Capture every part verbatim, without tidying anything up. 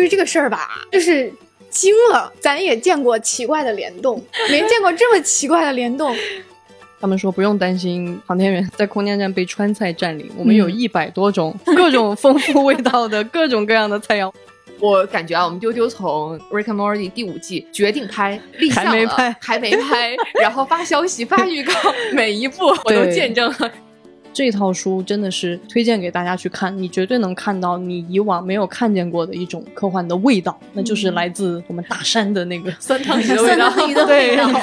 于这个事儿吧，就是惊了，咱也见过奇怪的联动，没见过这么奇怪的联动。 他们说不用担心航天员在空间站被川菜占领，我们有一百多种、嗯、各种丰富味道的各种各样的菜肴。 我感觉啊，我们丢丢从 Rick and Morty 第五季决定拍，立项了， 还没拍， 还没拍，然后发消息、发预告，每一步我都见证了。 这套书真的是推荐给大家去看，你绝对能看到你以往没有看见过的一种科幻的味道，那就是来自我们大山的那个酸汤鱼的味道。 酸汤鱼的味道。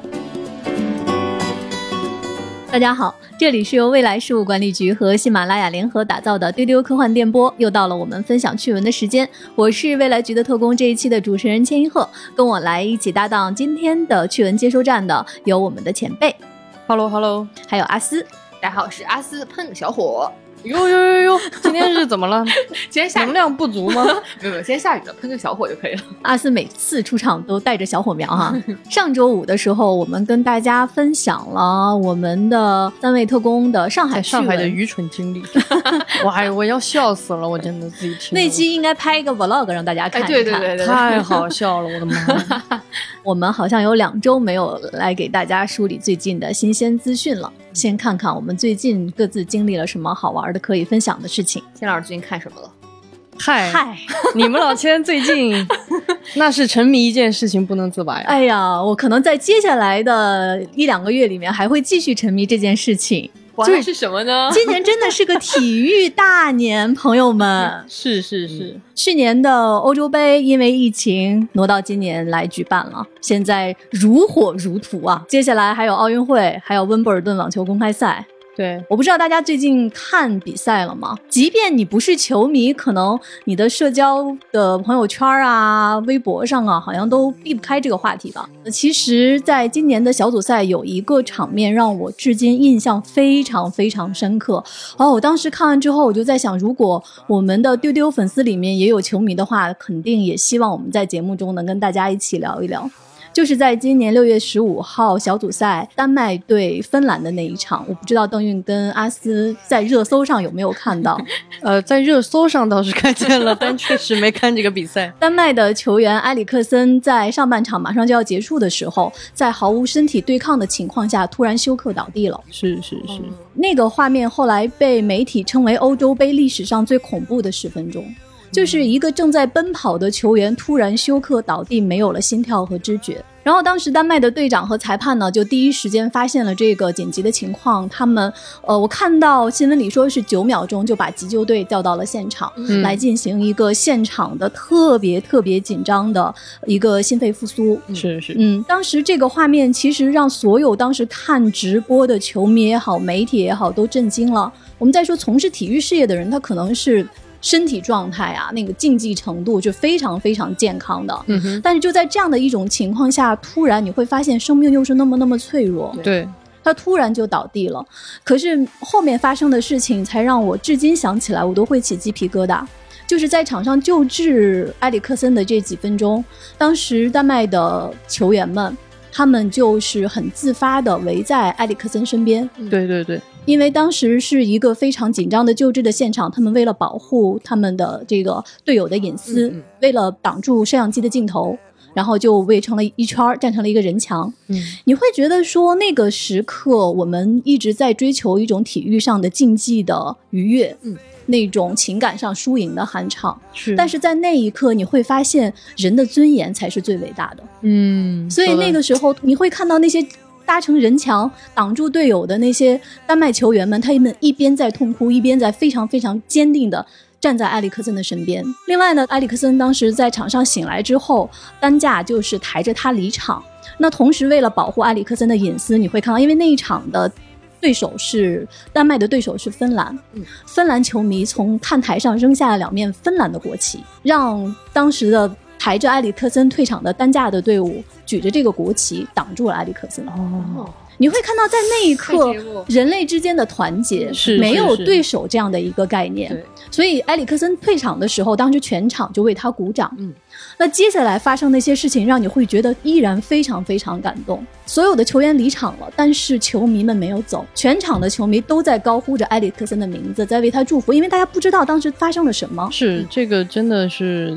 大家好，这里是由未来事务管理局和喜马拉雅联合打造的丢丢科幻电波，又到了我们分享趣闻的时间。我是未来局的特工，这一期的主持人千一鹤，跟我来一起搭档今天的趣闻接收站的有我们的前辈 Hello Hello， 还有阿斯。 大家好，我是阿斯喷小火。 哟哟哟哟，今天是怎么了？ 今天下雨能量不足吗？ 没有没有，今天下雨了，喷个小火就可以了。 阿斯每次出场都带着小火苗哈。上周五的时候，我们跟大家分享了我们的三位特工的上海上海的愚蠢经历。哇，我要笑死了，我真的自己听。 那期应该拍一个 vlog 让大家看一看。 哎、对对 对, 对, 对， 太好笑了，我的妈！ 我们好像有两周没有来给大家梳理最近的新鲜资讯了。先看看我们最近各自经历了什么好玩的可以分享的事情。 千老师最近看什么了？ 嗨嗨， 你们老千最近那是沉迷一件事情不能自拔呀。 哎呀，我可能在接下来的一两个月里面还会继续沉迷这件事情。 这是什么呢？ 今年真的是个体育大年，朋友们。 是是是、嗯， 去年的欧洲杯因为疫情挪到今年来举办了，现在如火如荼啊！接下来还有奥运会，还有温布尔顿网球公开赛。 对， 我不知道大家最近看比赛了吗？即便你不是球迷，可能你的社交的朋友圈啊、微博上啊，好像都避不开这个话题吧。其实在今年的小组赛有一个场面让我至今印象非常非常深刻。哦，我当时看完之后我就在想，如果我们的丢丢粉丝里面也有球迷的话，肯定也希望我们在节目中能跟大家一起聊一聊。就是在今年六月十五号小组赛丹麦对芬兰的那一场，我不知道邓韵跟阿斯在热搜上有没有看到。 呃，在热搜上倒是看见了，但确实没看这个比赛。 丹麦的球员埃里克森在上半场马上就要结束的时候，在毫无身体对抗的情况下突然休克倒地了。 是是是、嗯、 那个画面后来被媒体称为欧洲杯历史上最恐怖的十分钟，就是一个正在奔跑的球员突然休克倒地，没有了心跳和知觉。然后当时丹麦的队长和裁判呢，就第一时间发现了这个紧急的情况。他们呃，我看到新闻里说是九秒钟就把急救队调到了现场、嗯、来进行一个现场的特别特别紧张的一个心肺复苏。 是是嗯，当时这个画面其实让所有当时看直播的球迷也好，媒体也好，都震惊了。我们再说从事体育事业的人，他可能是身体状态啊，那个竞技程度就非常非常健康的、 嗯、哼但是就在这样的一种情况下，突然你会发现生命又是那么那么脆弱。 对， 他突然就倒地了。可是后面发生的事情才让我至今想起来我都会起鸡皮疙瘩。就是在场上救治埃里克森的这几分钟，当时丹麦的球员们他们就是很自发的围在埃里克森身边。 对对对， 因为当时是一个非常紧张的救治的现场，他们为了保护他们的这个队友的隐私、嗯嗯、为了挡住摄像机的镜头，然后就围成了一圈，站成了一个人墙、嗯、你会觉得说那个时刻我们一直在追求一种体育上的竞技的愉悦、嗯、那种情感上输赢的酣畅， 是， 但是在那一刻你会发现人的尊严才是最伟大的。 嗯， 所以那个时候你会看到那些搭成人墙挡住队友的那些丹麦球员们，他们一边在痛哭，一边在非常非常坚定的站在埃里克森的身边。另外呢，埃里克森当时在场上醒来之后，担架就是抬着他离场。那同时为了保护埃里克森的隐私，你会看到因为那一场的对手是丹麦的对手是芬兰、嗯、芬兰球迷从看台上扔下了两面芬兰的国旗，让当时的抬着埃里克森退场的担架的队伍举着这个国旗挡住了埃里克森。 哦， 你会看到在那一刻人类之间的团结，没有对手这样的一个概念。所以埃里克森退场的时候，当时全场就为他鼓掌、嗯、那接下来发生那些事情让你会觉得依然非常非常感动。所有的球员离场了，但是球迷们没有走，全场的球迷都在高呼着埃里克森的名字，在为他祝福，因为大家不知道当时发生了什么。 是，这个真的是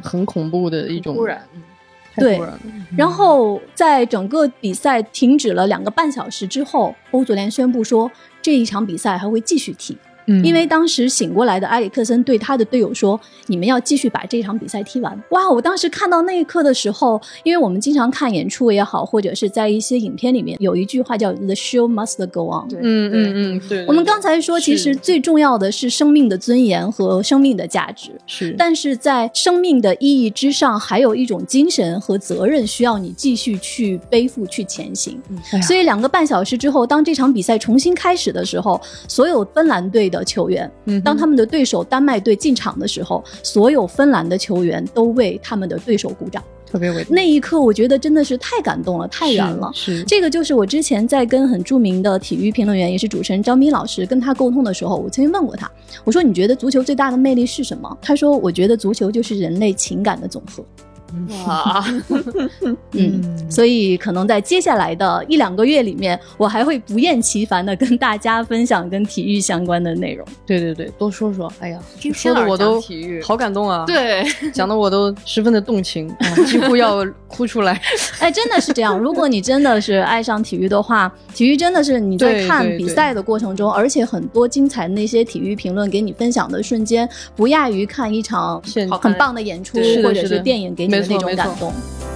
很恐怖的一种突然，嗯对太突然了。 然后在整个比赛停止了两个半小时之后，欧足联宣布说这一场比赛还会继续踢。 嗯因为当时醒过来的埃里克森对他的队友说：“你们要继续把这场比赛踢完。”哇！我当时看到那一刻的时候，因为我们经常看演出也好，或者是在一些影片里面有一句话叫 "The show must go on"。 对嗯嗯嗯，对对我们刚才说，其实是最重要的是生命的尊严和生命的价值。 是， 但是在生命的意义之上，还有一种精神和责任需要你继续去背负、去前行。 哎呀所以两个半小时之后，当这场比赛重新开始的时候，所有芬兰队的球员， 嗯当他们的对手丹麦队进场的时候，所有芬兰的球员都为他们的对手鼓掌。 特别伟大， 那一刻，我觉得真的是太感动了，太燃了。 是是这个就是我之前在跟很著名的体育评论员，也是主持人张斌老师跟他沟通的时候，我曾经问过他，我说你觉得足球最大的魅力是什么？他说我觉得足球就是人类情感的总和。 哇， 嗯，所以可能在接下来的一两个月里面，我还会不厌其烦的跟大家分享跟体育相关的内容。 对对对，多说说。哎呀， 听说的千老师我都讲体育好感动啊！， 对， 讲的我都十分的动情，啊几乎要哭出来。 哎，真的是这样。如果你真的是爱上体育的话，体育真的是你在看对对比赛的过程中，而且很多精彩的那些体育评论给你分享的瞬间，不亚于看一场现很棒的演出对是的或者是是的电影给你的没错那种感动。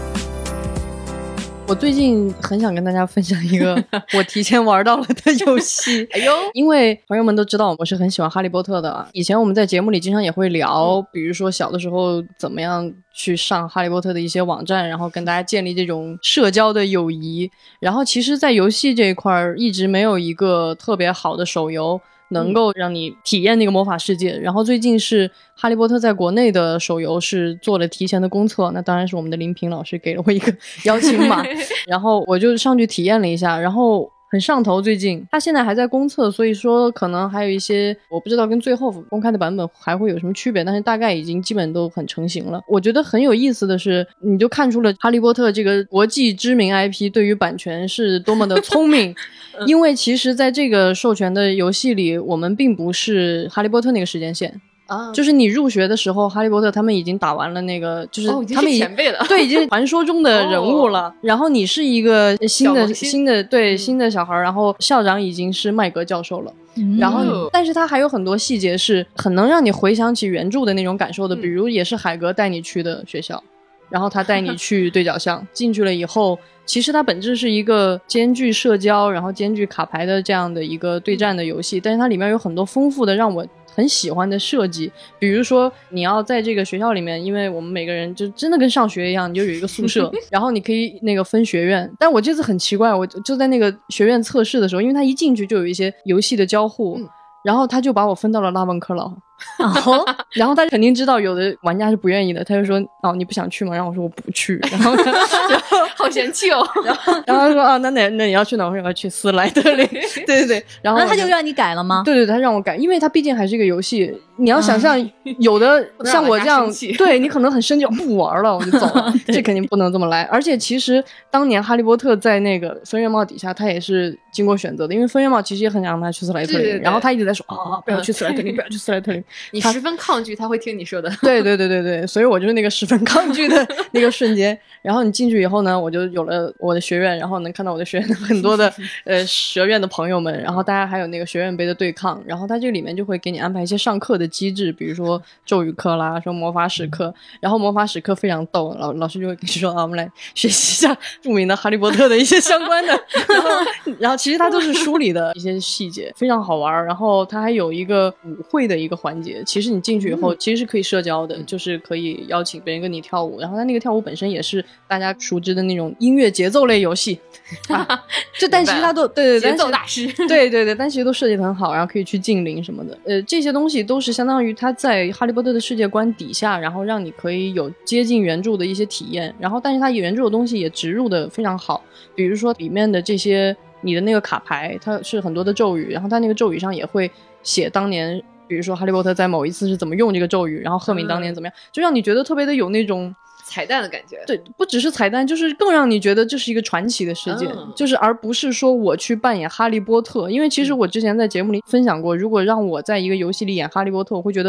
我最近很想跟大家分享一个我提前玩到了的游戏。 哎呦， 因为朋友们都知道我是很喜欢哈利波特的，以前我们在节目里经常也会聊，比如说小的时候怎么样去上哈利波特的一些网站，然后跟大家建立这种社交的友谊。然后其实在游戏这一块儿一直没有一个特别好的手游能够让你体验那个魔法世界。然后最近是哈利波特在国内的手游是做了提前的公测，那当然是我们的林平老师给了我一个邀请码，然后我就上去体验了一下，然后很上头。最近他现在还在公测，所以说可能还有一些我不知道跟最后公开的版本还会有什么区别，但是大概已经基本都很成型了。我觉得很有意思的是，你就看出了哈利波特这个国际知名 I P 对于版权是多么的聪明。因为其实在这个授权的游戏里，我们并不是哈利波特那个时间线， 啊， 就是你入学的时候，哈利波特他们已经打完了那个，就是哦已经他们已是前辈了对，已经传说中的人物了。然后你是一个新的小萌新新的对、 嗯新的小孩，然后校长已经是麦格教授了。 嗯然后你嗯但是他还有很多细节是很能让你回想起原著的那种感受的， 嗯比如也是海格带你去的学校，然后他带你去对角巷，进去了以后，其实它本质是一个兼具社交，然后兼具卡牌的这样的一个对战的游戏，但是它里面有很多丰富的让我很喜欢的设计，比如说你要在这个学校里面，因为我们每个人就真的跟上学一样，你就有一个宿舍，然后你可以那个分学院。但我这次很奇怪，我就在那个学院测试的时候，因为他一进去就有一些游戏的交互， 嗯然后他就把我分到了拉文科劳。 哦， 然后他肯定知道有的玩家是不愿意的，他就说哦你不想去吗？然后我说我不去，然后然后好嫌弃哦。 然后然后他说啊那哪那你要去哪？我说我要去斯莱特林，对对对，然后那我他就让你改了吗？ 对对，他让我改，因为他毕竟还是一个游戏。你要想象，有的不能让玩家像我这样生气， 对你可能很生气，不玩了，我就走了。这肯定不能这么来。而且其实当年哈利波特在那个分院帽底下，他也是经过选择的，因为分院帽其实也很想让他去斯莱特林， 对对对然后他一直在说啊，不要去斯莱特林，不要去斯莱特林。 你十分抗拒，他会听你说的。 对对对对对，所以我就是那个十分抗拒的那个瞬间。然后你进去以后呢，我就有了我的学院，然后能看到我的学院的很多的呃学院的朋友们，然后大家还有那个学院杯的对抗，然后它这里面就会给你安排一些上课的机制，比如说咒语课啦，说魔法史课，然后魔法史课非常逗，老老师就会跟你说啊，我们来学习一下著名的哈利波特的一些相关的，然后然后其实它都是书里的一些细节，非常好玩。然后它还有一个舞会的一个环节，其实你进去以后其实是可以社交的，就是可以邀请别人跟你跳舞，然后它那个跳舞本身也是大家熟知的那种音乐节奏类游戏，啊、就但其实它都对对对节奏大师。 对对对，但其实都设计得很好，然后可以去精灵什么的，呃，这些东西都是相当于它在哈利波特的世界观底下，然后让你可以有接近原著的一些体验，然后但是它原著的东西也植入的非常好，比如说里面的这些你的那个卡牌，它是很多的咒语，然后它那个咒语上也会写当年，比如说哈利波特在某一次是怎么用这个咒语，然后赫敏当年怎么样，就让你觉得特别的有那种彩蛋的感觉。 对，不只是彩蛋，就是更让你觉得这是一个传奇的事件， 嗯就是而不是说我去扮演哈利波特。因为其实我之前在节目里分享过，如果让我在一个游戏里演哈利波特，我会觉得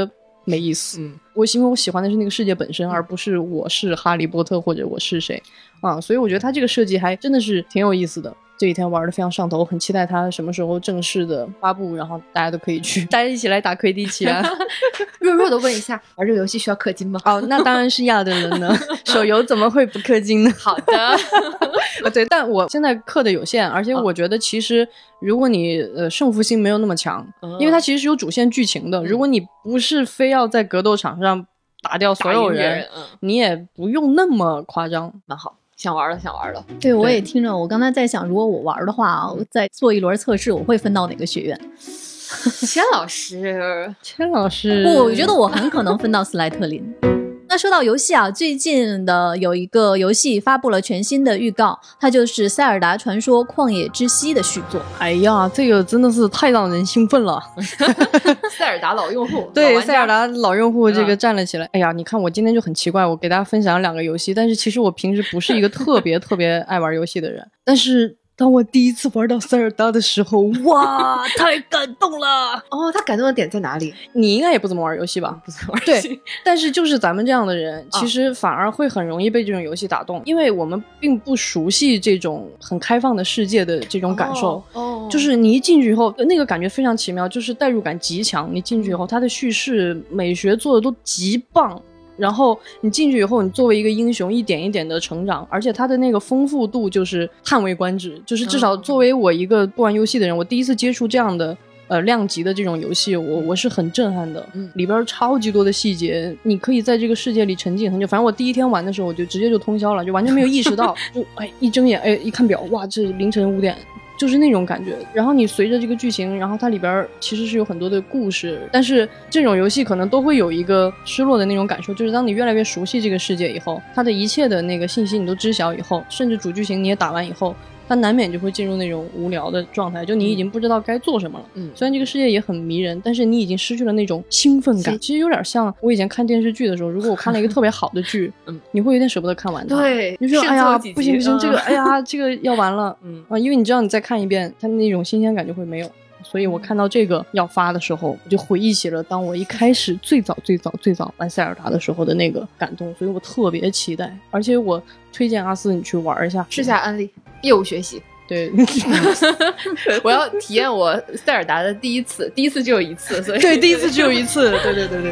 没意思。 嗯， 我因为我喜欢的是那个世界本身，而不是我是哈利波特或者我是谁啊，所以我觉得他这个设计还真的是挺有意思的。这几天玩的非常上头，很期待它什么时候正式的发布，然后大家都可以去，大家一起来打魁地奇啊！ 弱弱的问一下，玩这个游戏需要氪金吗？ 哦，那当然是要的了呢，手游怎么会不氪金呢？ 好的， 对，但我现在氪的有限，而且我觉得其实如果你呃胜负心没有那么强， 嗯、 因为它其实是有主线剧情的，如果你不是非要在格斗场上打掉所有人， 人嗯、 你也不用那么夸张， 蛮好。想玩了，想玩了。 对，我也听着。我刚才在想，如果我玩的话，我再做一轮测试，我会分到哪个学院？ 千老师， 千老师， 不，我觉得我很可能分到斯莱特林。那说到游戏啊，最近的有一个游戏发布了全新的预告，它就是《塞尔达传说：旷野之息》的续作。 哎呀，这个真的是太让人兴奋了！ 塞尔达老用户， 对，塞尔达老用户这个站了起来。嗯、哎呀，你看我今天就很奇怪，我给大家分享两个游戏，但是其实我平时不是一个特别特别爱玩游戏的人，但是当我第一次玩到塞尔达的时候，哇，太感动了！ 哦，他感动的点在哪里？ 你应该也不怎么玩游戏吧？ 不怎么玩游戏。 对，但是就是咱们这样的人，其实反而会很容易被这种游戏打动，因为我们并不熟悉这种很开放的世界的这种感受。 哦，哦就是你一进去以后，那个感觉非常奇妙，就是代入感极强。你进去以后，它的叙事美学做的都极棒。然后你进去以后，你作为一个英雄一点一点的成长，而且它的那个丰富度就是叹为观止，就是至少作为我一个不玩游戏的人，我第一次接触这样的呃量级的这种游戏，我我是很震撼的。嗯，里边超级多的细节，你可以在这个世界里沉浸很久。反正我第一天玩的时候，我就直接就通宵了，就完全没有意识到，就哎一睁眼哎一看表，哇，这凌晨五点。就是那种感觉，然后你随着这个剧情，然后它里边其实是有很多的故事，但是这种游戏可能都会有一个失落的那种感受，就是当你越来越熟悉这个世界以后，它的一切的那个信息你都知晓以后，甚至主剧情你也打完以后，它难免就会进入那种无聊的状态，就你已经不知道该做什么了。嗯，虽然这个世界也很迷人，但是你已经失去了那种兴奋感。其实有点像我以前看电视剧的时候，如果我看了一个特别好的剧，嗯，你会有点舍不得看完它。 对， 你就说哎呀，不行不行， 嗯、 这个哎呀，这个要完了，嗯啊，因为你知道你再看一遍，它那种新鲜感就会没有。所以我看到这个要发的时候，我就回忆起了当我一开始最早最早最早玩塞尔达的时候的那个感动，所以我特别期待。而且我推荐阿斯你去玩一下， 试下安利，业务学习。 对， 我要体验我塞尔达的第一次，第一次只有一次，所以对，第一次只有一次，对对对对。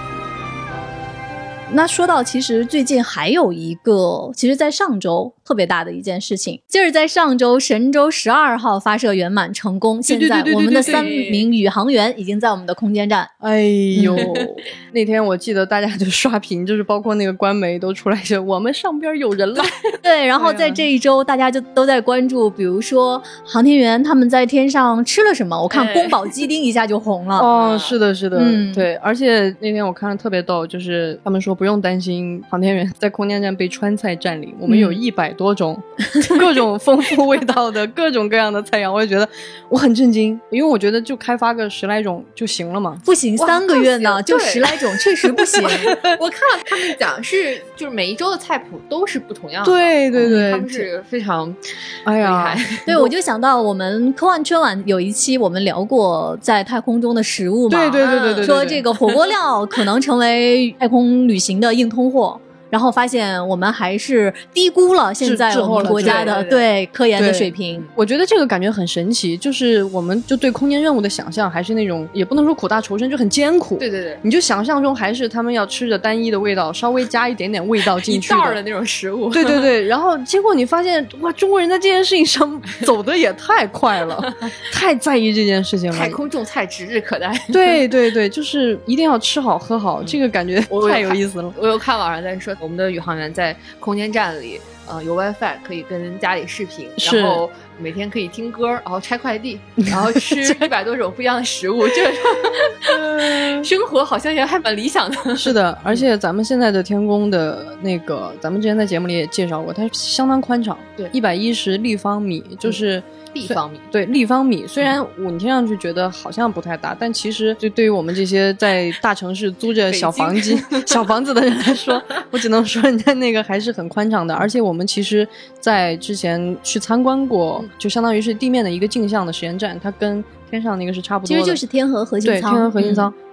那说到其实最近还有一个，其实在上周特别大的一件事情，就是在上周神舟十二号发射圆满成功，现在我们的三名宇航员已经在我们的空间站。 哎呦，那天我记得大家就刷屏，就是包括那个官媒都出来说我们上边有人了。 对，然后在这一周大家就都在关注，比如说航天员他们在天上吃了什么，我看宫保鸡丁一下就红了。 哦，是的是的、 嗯、 对，而且那天我看了特别逗，就是他们说不用担心航天员在空间站被川菜占领，我们有一百多种、嗯、各种丰富味道的各种各样的菜肴，我也觉得我很震惊，因为我觉得就开发个十来种就行了嘛。 不行，三个月呢就十来种确实不行。 我看了他们讲是就是每一周的菜谱都是不同样的。 对对对、 嗯、他们是非常哎呀对，我就想到我们科幻春晚有一期我们聊过在太空中的食物嘛， 对对对对 对, 对, 对, 对， 说这个火锅料可能成为太空旅行的硬通货，然后发现我们还是低估了现在我们国家的 对, 对, 对科研的水平。 我觉得这个感觉很神奇，就是我们就对空间任务的想象还是那种也不能说苦大仇深，就很艰苦。 对对对， 你就想象中还是他们要吃着单一的味道，稍微加一点点味道进去的一道的那种食物。 对对对，然后结果你发现哇，中国人在这件事情上走的也太快了，太在意这件事情了。 太空种菜指日可待。 对对对，就是一定要吃好喝好，嗯、这个感觉太有意思了。 我有看网上在说，我们的宇航员在空间站里，呃，有 WiFi 可以跟家里视频，然后每天可以听歌，然后拆快递，然后吃一百多种不一样的食物，这种生活好像也还蛮理想的。 是的，而且咱们现在的天宫的那个，咱们之前在节目里也介绍过，它相当宽敞， 对， 一百一十立方米，就是。 嗯立方米， 对，立方米。虽然我你听上去觉得好像不太大，但其实就对于我们这些在大城市租着小房子、小房子的人来说，我只能说人家那个还是很宽敞的。而且我们其实，在之前去参观过，就相当于是地面的一个镜像的实验站，它跟天上那个是差不多的， 其实就是天河核心舱。 对，天河核心舱。嗯、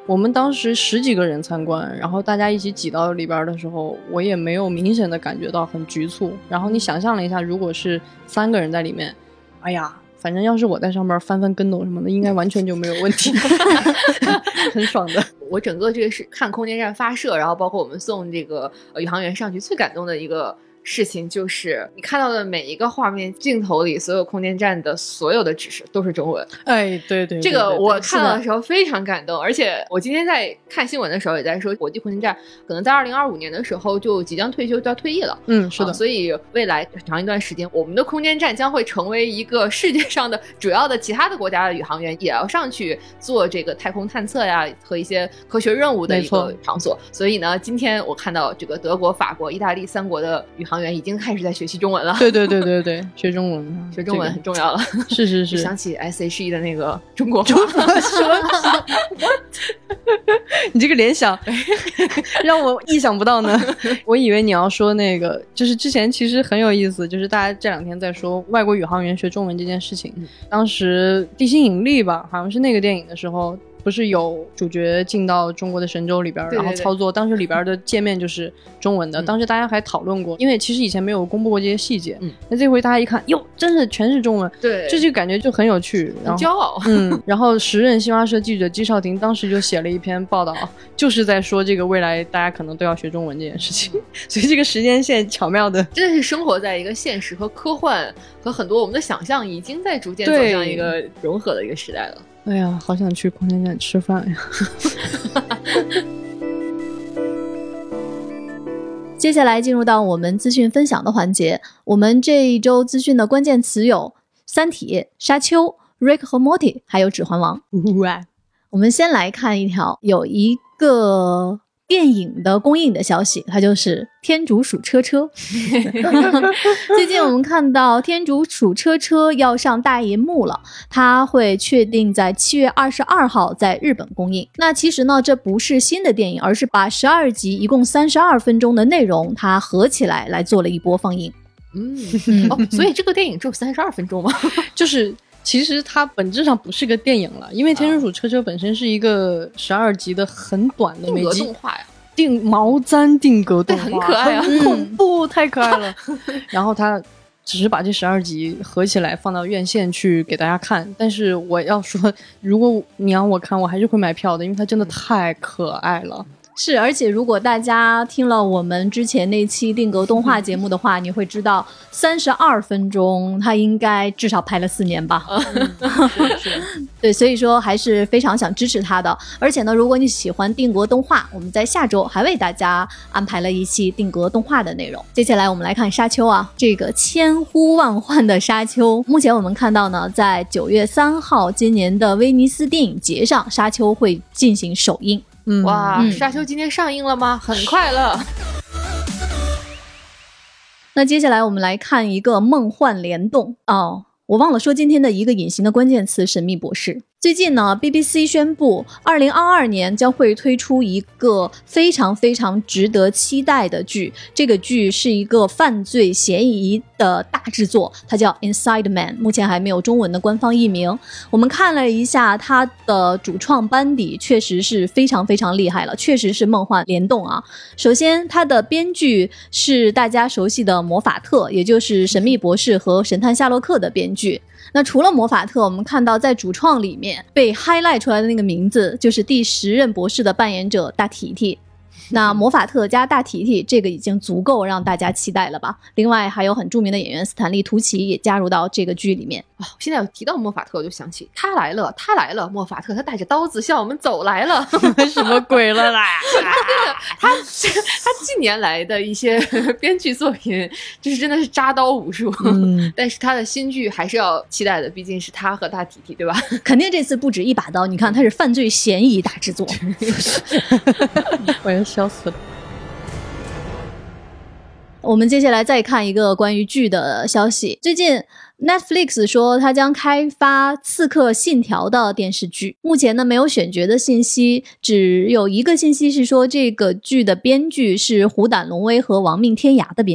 我们当时十几个人参观，然后大家一起挤到里边的时候，我也没有明显的感觉到很局促。然后你想象了一下，如果是三个人在里面，哎呀，反正要是我在上面翻翻跟斗什么的，应该完全就没有问题，很爽的。 我整个这个是看空间站发射，然后包括我们送这个呃宇航员上去，最感动的一个事情就是你看到的每一个画面镜头里，所有空间站的所有的指示都是中文。 哎，对 对, 对， 这个我看到的时候非常感动，而且我今天在看新闻的时候也在说，国际空间站可能在二零二五年的时候就即将退休，就要退役了。 嗯，是的、 啊。所以未来长一段时间，我们的空间站将会成为一个世界上的主要的其他的国家的宇航员也要上去做这个太空探测呀和一些科学任务的一个场所。所以呢，今天我看到这个德国、法国、意大利三国的宇航员已经开始在学习中文了。 对对对对对，学中文， 学中文很重要了。 这个、是是是， 想起 S H E 的那个中国话。 中国说你这个联想让我意想不到呢。我以为你要说那个，就是之前其实很有意思，就是大家这两天在说外国宇航员学中文这件事情。嗯、当时地心引力吧，好像是那个电影的时候。不是有主角进到中国的神州里边， 对对对， 然后操作，当时里边的界面就是中文的。嗯、当时大家还讨论过，因为其实以前没有公布过这些细节。嗯，那这回大家一看，哟，真是全是中文， 对， 这就感觉就很有趣， 很骄傲。 嗯，然后时任新华社记者姬少廷当时就写了一篇报道，就是在说这个未来大家可能都要学中文这件事情。所以这个时间线巧妙的， 真的是生活在一个现实和科幻和很多我们的想象已经在逐渐走向一个融合的一个时代了。 哎呀，好想去空间站吃饭呀！ 接下来进入到我们资讯分享的环节。我们这一周资讯的关键词有三体、沙丘、Rick 和 Morty 还有指环王。我们先来看一条有一个电影的公映的消息，它就是天竺鼠车车。最近我们看到天竺鼠车车要上大银幕了，它会确定在七月二十二号在日本公映。那其实呢，这不是新的电影，而是把十二集一共三十二分钟的内容它合起来来做了一波放映。 嗯，哦，所以这个电影只有三十二分钟吗？ 就是其实它本质上不是个电影了，因为天竺鼠车车本身是一个十二集的很短的定格动画呀， 定毛毡定格动画， 很可爱啊， 很恐怖，太可爱了。然后它只是把这十二集合起来放到院线去给大家看，但是我要说，如果你让我看，我还是会买票的，因为它真的太可爱了。 是，而且如果大家听了我们之前那期定格动画节目的话，你会知道三十二分钟它应该至少拍了四年吧。 嗯、是是对，所以说还是非常想支持它的。而且呢，如果你喜欢定格动画，我们在下周还为大家安排了一期定格动画的内容。接下来我们来看沙丘啊，这个千呼万唤的沙丘，目前我们看到呢，在九月三号今年的威尼斯电影节上，沙丘会进行首映。 嗯、 哇、嗯，沙丘今天上映了吗？很快了。 那接下来我们来看一个梦幻联动哦，我忘了说今天的一个隐形的关键词——神秘博士。最近呢 B B C 宣布二零二二年将会推出一个非常非常值得期待的剧，这个剧是一个犯罪嫌疑的大制作，它叫 Inside Man， 目前还没有中文的官方译名。我们看了一下它的主创班底，确实是非常非常厉害了，确实是梦幻联动啊。首先它的编剧是大家熟悉的魔法特，也就是神秘博士和神探夏洛克的编剧。那除了魔法特，我们看到在主创里面被 highlight 出来的那个名字就是第十任博士的扮演者大提提。那魔法特加大提提，这个已经足够让大家期待了吧。另外还有很著名的演员斯坦利图奇也加入到这个剧里面。 哦，现在有提到魔法特我就想起他来了他来了，魔法特他带着刀子向我们走来了。 什么鬼了啦？ 他他近年来的一些编剧作品就是真的是扎刀无数。嗯，但是他的新剧还是要期待的，毕竟是他和大提提，对吧？ 肯定这次不止一把刀，你看他是犯罪嫌疑大制作。 我要笑死了。 我们接下来再看一个关于剧的消息。最近 Netflix 说它将开发刺客信条的电视剧，目前呢没有选角的信息，只有一个信息是说这个剧的编剧是虎胆龙威和亡命天涯的编剧。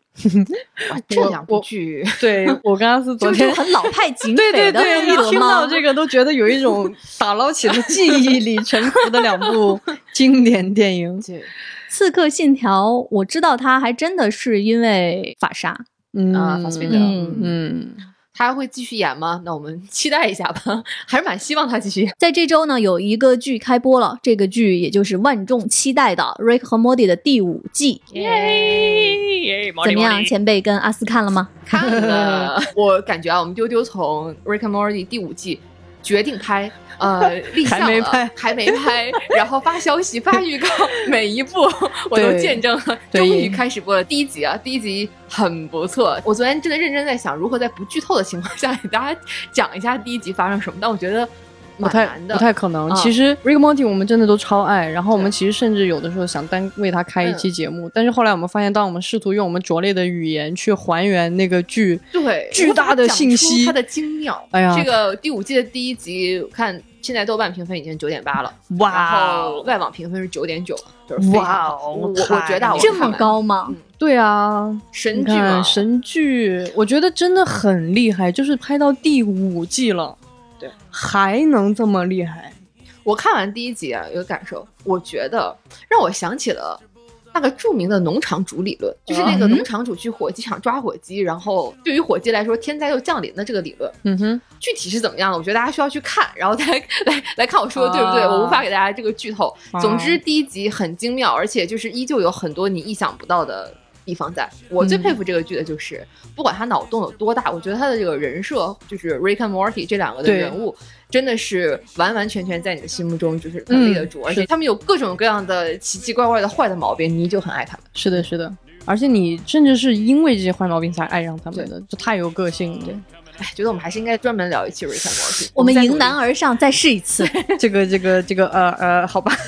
哇，这两部剧， 对我跟阿斯昨天很老派警对对匪的对， 风格一听到吗？ 这个都觉得有一种打捞起了记忆里沉浮的两部经典电影。 对刺客信条，我知道他还真的是因为法沙， 嗯啊法斯宾德嗯嗯， 他会继续演吗？那我们期待一下吧，还是蛮希望他继续演。 在这周呢，有一个剧开播了，这个剧也就是万众期待的《Rick 和 Morty》的第五季， 耶！ 怎么样？前辈跟阿斯看了吗？ 看了，我感觉啊，我们丢丢从《Rick and Morty》第五季决定拍，呃，立项了还没拍， 还没拍，然后发消息、发预告，每一步我都对见证了。 对终于开始播了第一集啊！第一集很不错。我昨天真的认真在想，如何在不剧透的情况下给大家讲一下第一集发生什么，但我觉得不太蛮难的， 不太可能。 嗯其实 Rick and Morty 我们真的都超爱，然后我们对其实甚至有的时候想单为它开一期节目，但是后来我们发现，当我们试图用我们拙劣的语言去还原那个剧， 对巨大的信息无法讲出它的精妙。 哎呀这个第五季的第一集，看现在豆瓣评分已经九点八了， 哇然后外网评分是九点九，就是非常哇好哦我我觉得啊我这么看完高吗？ 嗯对啊，你神剧嘛看，神剧，我觉得真的很厉害，就是拍到第五季了， 对， 还能这么厉害。 我看完第一集啊，有个感受，我觉得让我想起了那个著名的农场主理论，就是那个农场主去火鸡场抓火鸡，然后对于火鸡来说天灾又降临的这个理论。 嗯哼， 具体是怎么样的，我觉得大家需要去看，然后再来来看我说的对不对， 啊我无法给大家这个剧透。 啊总之第一集很精妙，而且就是依旧有很多你意想不到的地方在。我最佩服这个剧的就是，不管他脑洞有多大，我觉得他的这个人设，就是 Rick and Morty 这两个的对人物，真的是完完全全在你的心目中就是很立得住， 嗯而且他们有各种各样的奇奇怪怪的坏的毛病，你依旧很爱他们。 是的，是的，而且你甚至是因为这些坏毛病才爱上他们的，就太有个性了。 哎，觉得我们还是应该专门聊一期 Rick and Morty。 我们再努力迎难而上，再试一次。 这个这个这个呃呃，好吧。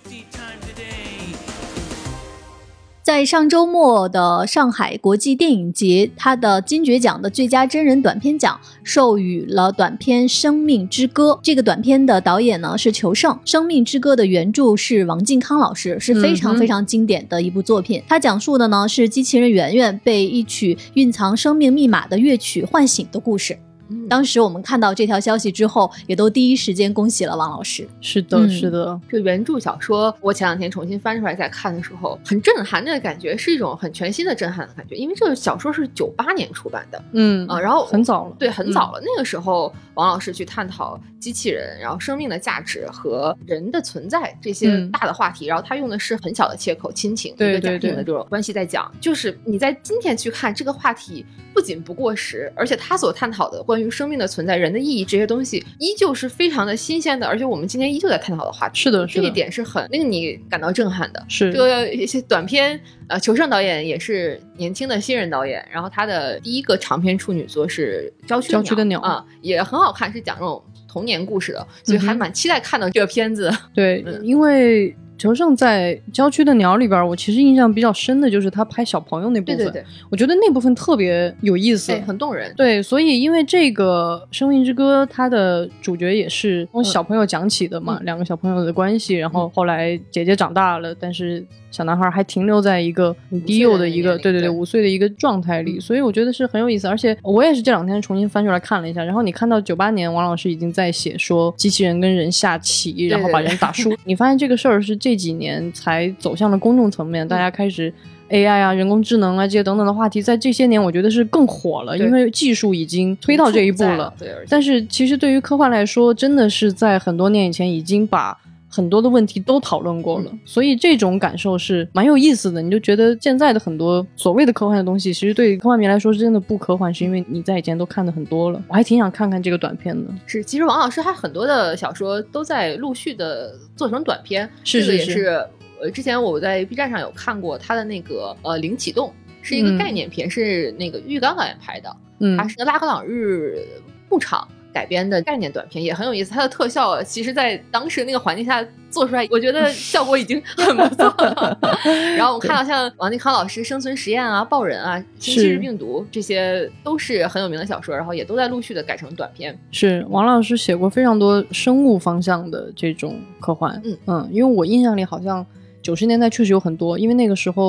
在上周末的上海国际电影节，它的金爵奖的最佳真人短片奖授予了短片《生命之歌》。这个短片的导演呢是裘盛，《生命之歌》的原著是王靖康老师，是非常非常经典的一部作品。它讲述的呢是机器人圆圆被一曲蕴藏生命密码的乐曲唤醒的故事。当时我们看到这条消息之后，也都第一时间恭喜了王老师。 是的， 嗯是的， 这原著小说，我前两天重新翻出来再看的时候，很震撼，那个感觉是一种很全新的震撼的感觉，因为这个小说是九八年出版的， 嗯啊，然后很早了， 对，很早了。那个时候，王老师去探讨机器人，然后生命的价值和人的存在这些嗯大的话题，然后他用的是很小的切口，亲情、 对一个家对对庭的这种关系在讲。就是你在今天去看这个话题，不仅不过时，而且他所探讨的关于生命的存在、人的意义这些东西，依旧是非常的新鲜的，而且我们今天依旧在探讨的话题。 是的是的这一点是很令你感到震撼的。 是这个一些短片，呃，裘盛导演也是年轻的新人导演，然后他的第一个长篇处女作是《郊区郊区的鸟啊、也很好看，是讲这种童年故事的，所以还蛮期待看到这个片子的。 对， 嗯因为裘盛在《郊区的鸟》里边，我其实印象比较深的就是他拍小朋友那部分， 对对对， 我觉得那部分特别有意思。 哎，很动人。 对，所以因为这个《生命之歌》，它的主角也是从小朋友讲起的嘛， 嗯两个小朋友的关系，然后后来姐姐长大了，但是小男孩还停留在一个很低幼的一个， 五岁的年龄对对对， 对五岁的一个状态里， 嗯所以我觉得是很有意思。而且我也是这两天重新翻出来看了一下，然后你看到九八年王老师已经在写说机器人跟人下棋，然后把人打输，你发现这个事儿是这几年才走向了公众层面，大家开始。A I 啊，人工智能啊，这些等等的话题，在这些年我觉得是更火了， 对因为技术已经推到这一步了在了。对，而且但是其实对于科幻来说，真的是在很多年以前已经把很多的问题都讨论过了， 嗯所以这种感受是蛮有意思的。你就觉得现在的很多所谓的科幻的东西，其实对于科幻迷来说是真的不科幻，是因为你在以前都看的很多了。我还挺想看看这个短片的。 是，其实王老师他很多的小说都在陆续的做成短片， 是是是这个也是。呃，之前我在 B 站上有看过他的那个呃零启动，是一个嗯概念片，是那个玉刚导演拍的， 嗯它是个拉格朗日牧场改编的概念短片，也很有意思。它的特效其实在当时那个环境下做出来，我觉得效果已经很不错了。然后我们看到像王靖康老师《生存实验》啊、《爆人》啊、《星期日病毒》，这些都是很有名的小说，然后也都在陆续的改成短片。 是王老师写过非常多生物方向的这种科幻， 嗯嗯，因为我印象里好像九十年代确实有很多，因为那个时候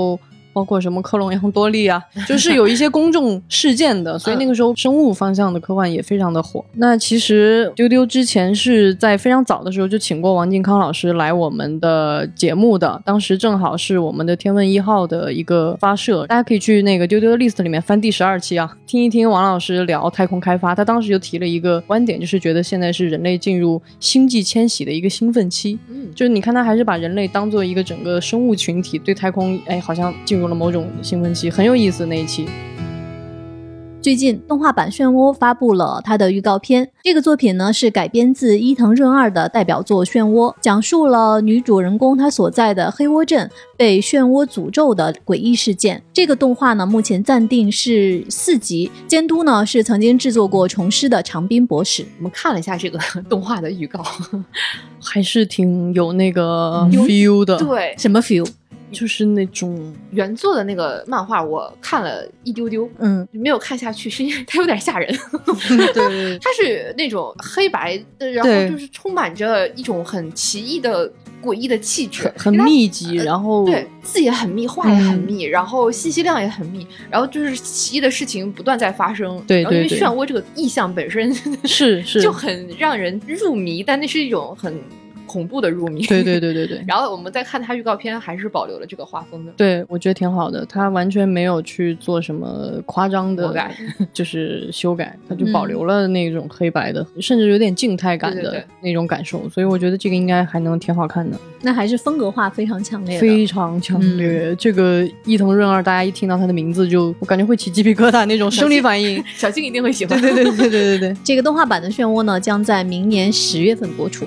包括什么克隆杨多利啊，就是有一些公众事件的，所以那个时候生物方向的科幻也非常的火。那其实丢丢之前是在非常早的时候就请过王靖康老师来我们的节目的，当时正好是我们的天问一号的一个发射，大家可以去那个丢丢的 list 里面翻第十二期啊，听一听王老师聊太空开发。他当时就提了一个观点，就是觉得现在是人类进入星际迁徙的一个兴奋期，嗯，就是你看他还是把人类当做一个整个生物群体对太空，哎，好像进入了某种兴奋期，很有意思那一期。 最近动画版《漩涡》发布了它的预告片，这个作品呢是改编自伊藤润二的代表作《漩涡》，讲述了女主人公她所在的黑涡镇被漩涡诅咒的诡异事件。这个动画呢目前暂定是四集，监督呢是曾经制作过虫师的长滨博士。 我们看了一下这个动画的预告， 还是挺有那个 feel 的。 对， 什么 feel？ 就是那种原作的那个漫画我看了一丢丢，嗯，没有看下去是因为它有点吓人。 对对对， 它是那种黑白的，然后就是充满着一种很奇异的诡异的气质， 很密集，然后对字也很密，画也很密，嗯，然后信息量也很密，然后就是奇异的事情不断在发生。 对对对， 然后因为漩涡这个意象本身是是就很让人入迷，但那是一种很恐怖的入迷。 对对对对对。 然后我们再看他预告片，还是保留了这个画风的。 对，我觉得挺好的，他完全没有去做什么夸张的改， 就是修改，他就保留了那种黑白的，嗯，甚至有点静态感的那种感受。对对对，所以我觉得这个应该还能挺好看的。 那还是风格化非常强烈的， 非常强烈。嗯，这个伊藤润二，大家一听到他的名字就我感觉会起鸡皮疙瘩那种生理反应。 小静一定会喜欢。 对对对对对对对。 这个动画版的漩涡呢，将在明年十月份播出。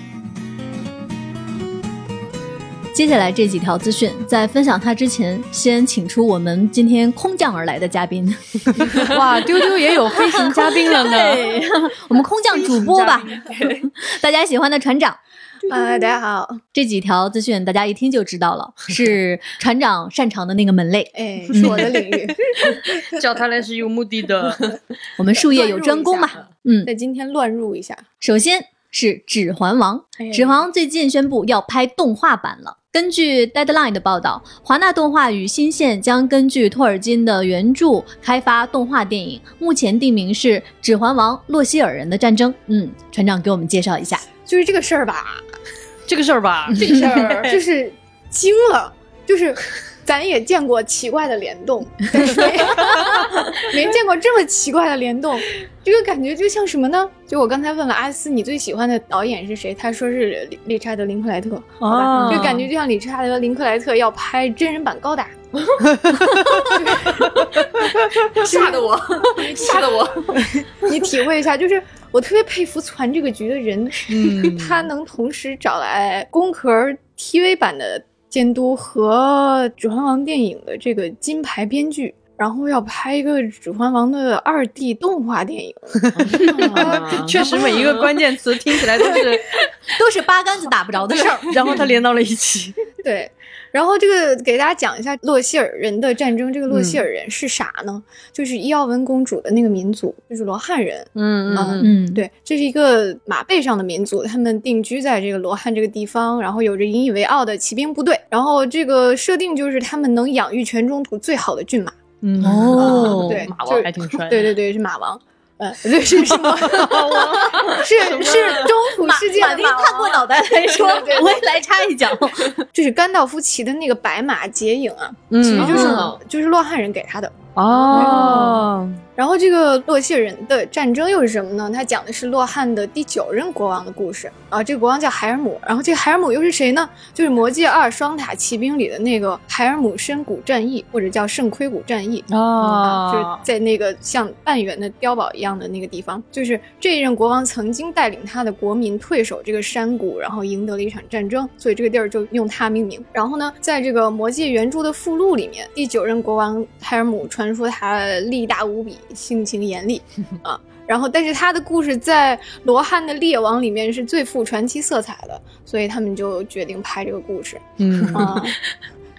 接下来这几条资讯，在分享它之前，先请出我们今天空降而来的嘉宾。 哇，丢丢也有飞行嘉宾了呢。 对，我们空降主播吧，大家喜欢的船长。 啊，大家好。 这几条资讯大家一听就知道了，是船长擅长的那个门类。 哎，是我的领域。 叫他来是有目的的。 我们术业有专攻嘛。 嗯，在今天乱入一下。 首先是《指环王》，哎，《指环王》最近宣布要拍动画版了。根据 Deadline 的报道，华纳动画与新线将根据托尔金的原著开发动画电影，目前定名是《指环王：洛希尔人的战争》。嗯，船长给我们介绍一下。 就是这个事儿吧， 这个事儿吧， 这个事儿就是惊了，就是咱也见过奇怪的联动，但是没没见过这么奇怪的联动。这个感觉就像什么呢？就我刚才问了阿斯，你最喜欢的导演是谁？他说是理理查德·林克莱特。哦，这个感觉就像理查德·林克莱特要拍真人版高达。 吓得我，吓得我！ 你体会一下，就是我特别佩服传这个局的人，嗯，他能同时找来工壳 T V 版的监督和《指环王》电影的这个金牌编剧。然后要拍一个《指环王》的二 D 动画电影。 啊，确实每一个关键词听起来都是都是八竿子打不着的事儿， 然后它连到了一起。 对，然后这个给大家讲一下洛希尔人的战争。这个洛希尔人是啥呢？嗯，就是伊奥文公主的那个民族，就是罗汉人。 嗯嗯嗯，对，这是一个马背上的民族，他们定居在这个罗汉这个地方，然后有着引以为傲的骑兵部队。然后这个设定就是他们能养育全中土最好的骏马。 嗯哦， 啊，对， 马王还挺帅。 对对对，是马王。呃，对，是什么？是是中土世界的马王。 探过脑袋来说，我也来插一脚。 这是甘道夫骑的那个白马结影啊，嗯，其实就是，哦，就是洛汉人给他的。 哦， 然后这个洛希尔人的战争又是什么呢？他讲的是洛汉的第九任国王的故事啊。这个国王叫海尔姆，然后这个海尔姆又是谁呢？就是魔戒二双塔骑兵里的那个海尔姆深谷战役，或者叫圣盔谷战役。 哦， 啊，就是在那个像半圆的碉堡一样的那个地方，就是这一任国王曾经带领他的国民退守这个山谷，然后赢得了一场战争，所以这个地儿就用他命名。然后呢，在这个魔戒原著的附录里面，第九任国王海尔姆传说他力大无比，性情严厉啊。然后但是他的故事在罗汉的列王里面是最富传奇色彩的，所以他们就决定拍这个故事。嗯啊，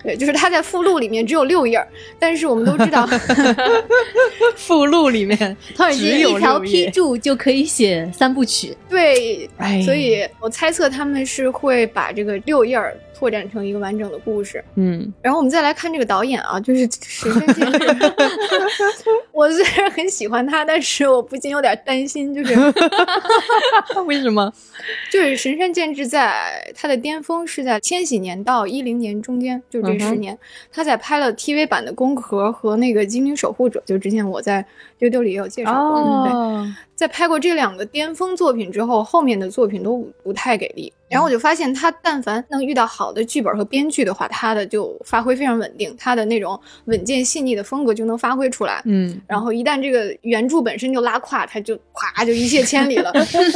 对，就是它在附录里面只有六页，但是我们都知道附录里面托尔金只有一条六页批注就可以写三部曲。 对， 哎所以我猜测他们是会把这个六页拓展成一个完整的故事。 嗯， 然后我们再来看这个导演啊，就是神山健治。我虽然很喜欢他，但是我不禁有点担心，就是为什么？ 就是神山健治在他的巅峰是在千禧年到一零年中间，就这十年，嗯、他在拍了 T V 版的《宫壳》和那个《精灵守护者》，就之前我在丢丢里也有介绍过。 哦、 对，在拍过这两个巅峰作品之后，后面的作品都不太给力。然后我就发现他但凡能遇到好的剧本和编剧的话，他的就发挥非常稳定，他的那种稳健细腻的风格就能发挥出来。 嗯， 然后一旦这个原著本身就拉胯，他就咵就一泻千里了。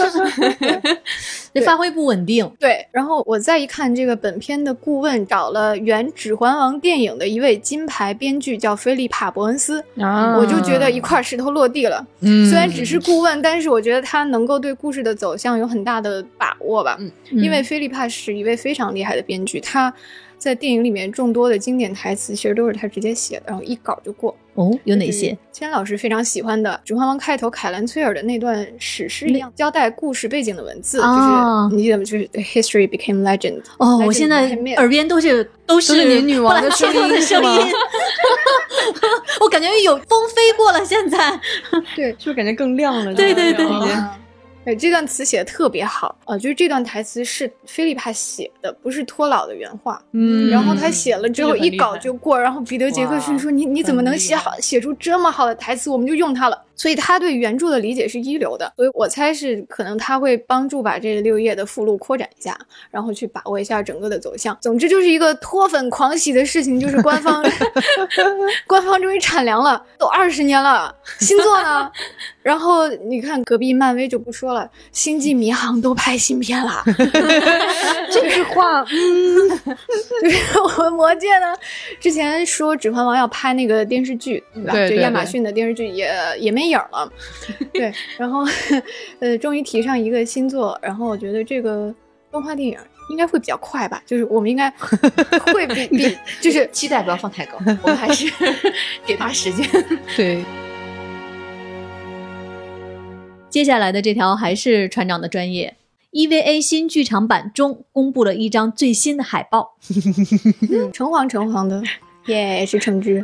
这发挥不稳定。 对，然后我再一看这个本片的顾问找了原《指环王》电影的一位金牌编剧叫菲利帕·伯恩斯， 啊、 我就觉得一块石头落地了。 嗯， 虽然只是顾问，但是我觉得他能够对故事的走向有很大的把握吧。 嗯， 因为菲利帕是一位非常厉害的编剧，他在电影里面众多的经典台词其实都是他直接写的，然后一稿就过。 哦，有哪些？ 千老师非常喜欢的《指环王》开头凯兰崔尔的那段史诗一样交代故事背景的文字， 哦、 就是你记得吗？就是 The history became legend。 哦，我现在耳边都是都是你女王的声音， 的声音我感觉有风飞过了。现在， 对， 是不是感觉更亮了？ 对对对。 对，这段词写的特别好啊、呃！就是这段台词是菲利帕写的，不是托老的原话。 嗯， 然后他写了之后一稿就过，然后彼得杰克逊说：“你你怎么能写好写出这么好的台词？我们就用它了。”所以他对原著的理解是一流的，所以我猜是可能他会帮助把这六页的附录扩展一下，然后去把握一下整个的走向。总之就是一个脱粉狂喜的事情，就是官方官方终于产粮了，都二十年了，新作呢。然后你看隔壁漫威就不说了，星际迷航都拍新片了。 这句话，嗯， 就是我们魔戒呢，之前说指环王要拍那个电视剧，对吧？ 对对对， 就亚马逊的电视剧也也没影了。对，然后呃，终于提上一个新作，然后我觉得这个动画电影应该会比较快吧，就是我们应该会比比就是期待不要放太高，我们还是给他时间。 对。 接下来的这条还是船长的专业。E V A 新剧场版中公布了一张最新的海报， 嗯，橙黄橙黄的，耶，是橙汁。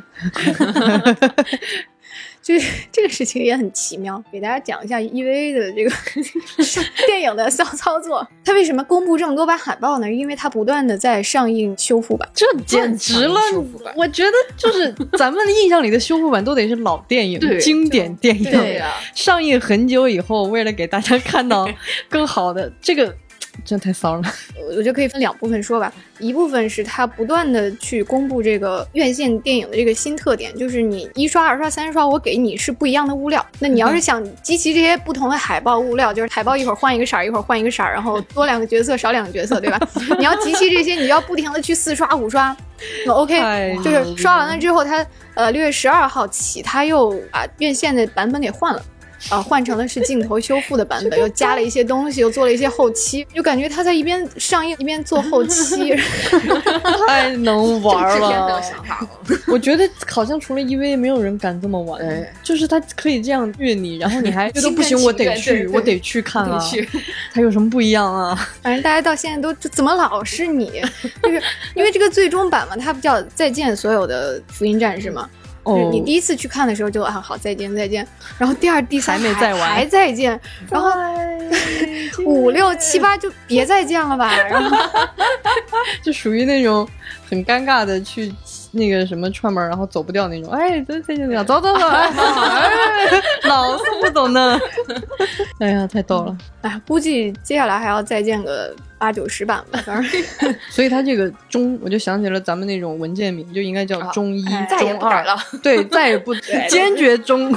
就是这个事情也很奇妙，给大家讲一下 E V A 的这个电影的骚操作。它为什么公布这么多版海报呢？因为它不断的在上映修复版， 这简直了！我觉得就是咱们的印象里的修复版都得是老电影、经典电影， 对啊， 上映很久以后，为了给大家看到更好的这个。真太骚了， 我觉得可以分两部分说吧。一部分是他不断的去公布这个院线电影的这个新特点，就是你一刷、二刷、三刷，我给你是不一样的物料。那你要是想集齐这些不同的海报物料，就是海报一会儿换一个色儿，一会儿换一个色儿，然后多两个角色，少两个角色，对吧？你要集齐这些，你要不停的去四刷、五刷。那 OK， 就是刷完了之后，他呃六月十二号起，他又把院线的版本给换了。啊、呃，换成的是镜头修复的版本，又加了一些东西，又做了一些后期，就感觉他在一边上映一边做后期， 太能玩了。 想法了我觉得好像除了 E V A 没有人敢这么玩， 哎、 就是他可以这样虐你，然后你还觉得不行，我得去，我得去看啊，他有什么不一样啊？ 反正大家到现在都怎么老是你，就是因为这个最终版嘛，它不叫再见所有的福音战士嘛。就是你第一次去看的时候就啊好再见再见，然后第二第三还没再玩还再见，然后五六七八就别再见了吧，然后就属于那种很尴尬的去那个什么串门然后走不掉那种，哎再再见再见走走走，哎老是不懂呢。哎呀太逗了， 哎估计接下来还要再见个八九十版吧，反正所以他这个中我就想起了咱们那种文件名就应该叫中一、 啊、 中二了，对，再也不坚决中。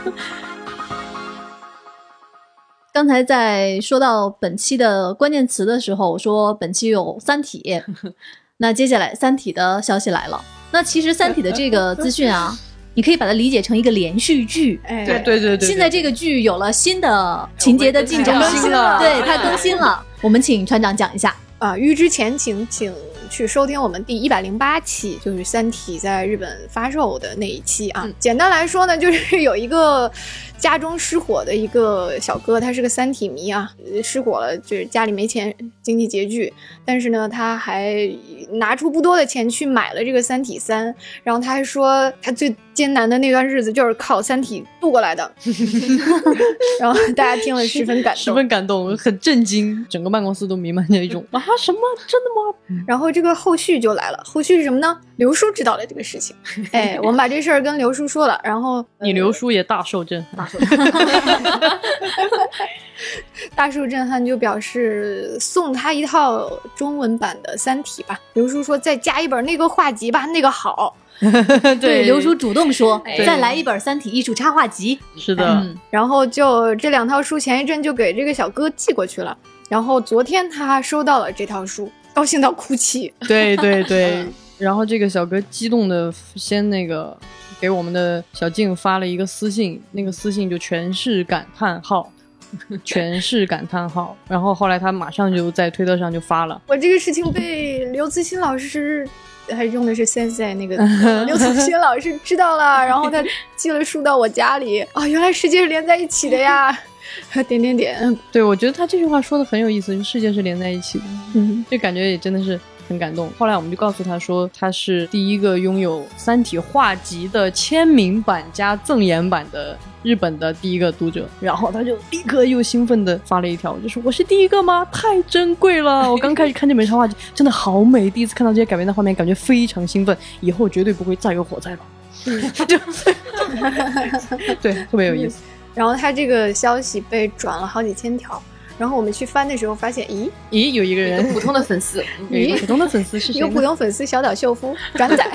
刚才在说到本期的关键词的时候，我说本期有三体，那接下来三体的消息来了。那其实三体的这个资讯啊，你可以把它理解成一个连续剧。 哎， 对对对对。 现在这个剧有了新的情节的进展， 更新了， 对，它更新了。我们请船长讲一下啊。预之前，请请去收听我们第一百零八期，就是《三体》在日本发售的那一期啊。嗯、简单来说呢，就是有一个家中失火的一个小哥，他是个三体迷啊，失火了，就是家里没钱，经济拮据，但是呢，他还拿出不多的钱去买了这个三体三，然后他还说他最艰难的那段日子就是靠三体度过来的，然后大家听了十分感动， 十分感动，很震惊，整个办公室都弥漫着一种啊什么真的吗？ 然后这个后续就来了，后续是什么呢？刘叔知道了这个事情，哎，我们把这事儿跟刘叔说了，然后你刘叔也大受震撼。 大受震撼就表示送他一套中文版的三体吧，刘叔说再加一本那个画集吧，那个好。 对，刘叔主动说再来一本三体艺术插画集。 是的、 嗯、然后就这两套书前一阵就给这个小哥寄过去了，然后昨天他收到了这套书，高兴到哭泣。 对对对然后这个小哥激动的先那个给我们的小静发了一个私信，那个私信就全是感叹号全是感叹号，然后后来他马上就在推特上就发了。 我这个事情被刘慈欣老师还用的是 Sensei 那个刘慈欣老师知道了，然后他寄了书到我家里啊、哦，原来世界是连在一起的呀点点点。 对，我觉得他这句话说的很有意思，世界是连在一起的，嗯，这感觉也真的是很感动。后来我们就告诉他说他是第一个拥有三体画集的签名版加赠言版的日本的第一个读者，然后他就立刻又兴奋的发了一条，就是我是第一个吗？太珍贵了，我刚开始看这本插画集真的好美，第一次看到这些改编的画面感觉非常兴奋，以后绝对不会再有火灾了。对，特别有意思。 然后他这个消息被转了好几千条，然后我们去翻的时候发现，咦咦，有一个人一个普通的粉丝， 有一个普通的粉丝是谁？ 一个普通粉丝小岛秀夫转载。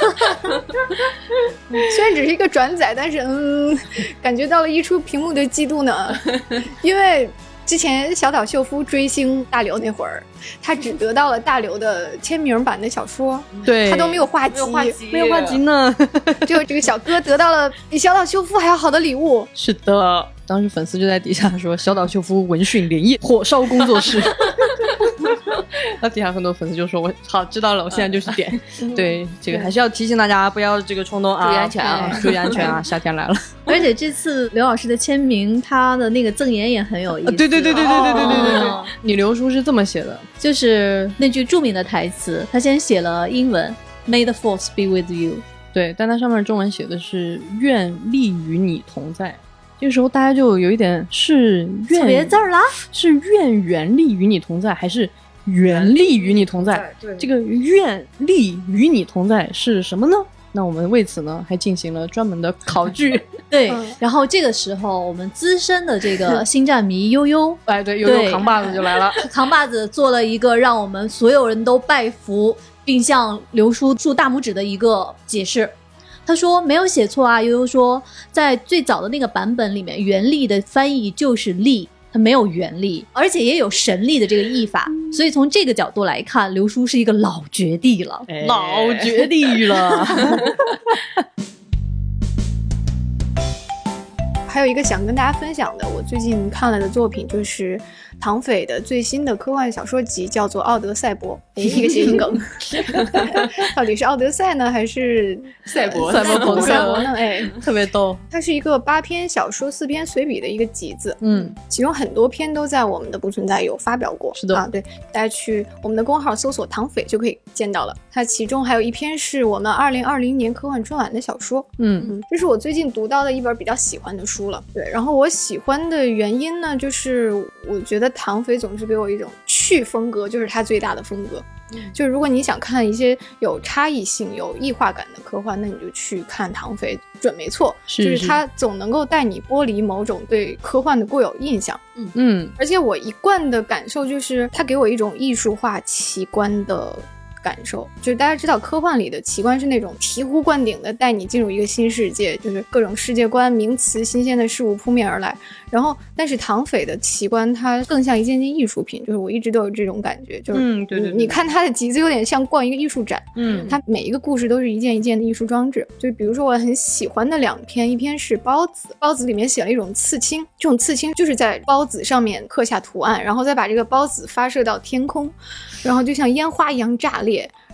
虽然只是一个转载，但是嗯，感觉到了溢出屏幕的嫉妒呢，因为之前小岛秀夫追星大刘那会儿，他只得到了大刘的签名版的小说， 对， 他都没有画集， 没有画集呢。 就这个小哥得到了比小岛秀夫还要好的礼物。 是的，当时粉丝就在底下说小岛秀夫文讯连夜火烧工作室。那底下很多粉丝就说我好知道了，我现在就是点、嗯、对，这个还是要提醒大家不要这个冲动啊， 注意安全啊， 注意安全啊，夏天来了。 而且这次刘老师的签名他的那个赠言也很有意思、啊、 对对对对对对对对对对、哦、你刘叔是这么写的， 就是那句著名的台词，他先写了英文 May the force be with you， 对，但他上面中文写的是愿力与你同在。这个时候大家就有一点是愿错别字啦， 是愿原力与你同在还是原力与你同在？这个愿力与你同在是什么呢？那我们为此呢还进行了专门的考据。 对、嗯、然后这个时候我们资深的这个星战迷悠悠哎对，悠悠扛把子就来了。 扛把子做了一个让我们所有人都拜服并向刘叔竖大拇指的一个解释。他说没有写错啊，悠悠说在最早的那个版本里面原力的翻译就是力，它没有原力，而且也有神力的这个译法，所以从这个角度来看刘叔是一个老绝地了、 哎、老绝地了。 还有一个想跟大家分享的，我最近看了的作品就是唐斐的最新的科幻小说集，叫做《奥德赛博》，一个谐音梗。到底是奥德赛呢，还是赛博？ 赛博朋克赛博呢？哎， 特别逗。 它是一个八篇小说、四篇随笔的一个集子， 嗯， 其中很多篇都在我们的不存在有发表过。 是的啊，对，大家去我们的公号搜索唐斐就可以见到了。它其中还有一篇是我们二零二零年科幻春晚的小说， 嗯嗯，这是我最近读到的一本比较喜欢的书了。对，然后我喜欢的原因呢，就是我觉得唐斐总是给我一种趣风格，就是他最大的风格。就是如果你想看一些有差异性、有异化感的科幻，那你就去看唐斐，准没错。 是是， 就是他总能够带你剥离某种对科幻的固有印象。 嗯嗯， 而且我一贯的感受就是他给我一种艺术化奇观的感受，就是大家知道科幻里的奇观是那种醍醐灌顶的带你进入一个新世界，就是各种世界观、名词、新鲜的事物扑面而来。然后但是唐斐的奇观它更像一件件艺术品，就是我一直都有这种感觉，就是嗯对对对， 你看它的集子有点像逛一个艺术展， 嗯， 它每一个故事都是一件一件的艺术装置。就比如说我很喜欢的两篇，一篇是孢子，孢子里面写了一种刺青，这种刺青就是在孢子上面刻下图案，然后再把这个孢子发射到天空，然后就像烟花一样炸裂，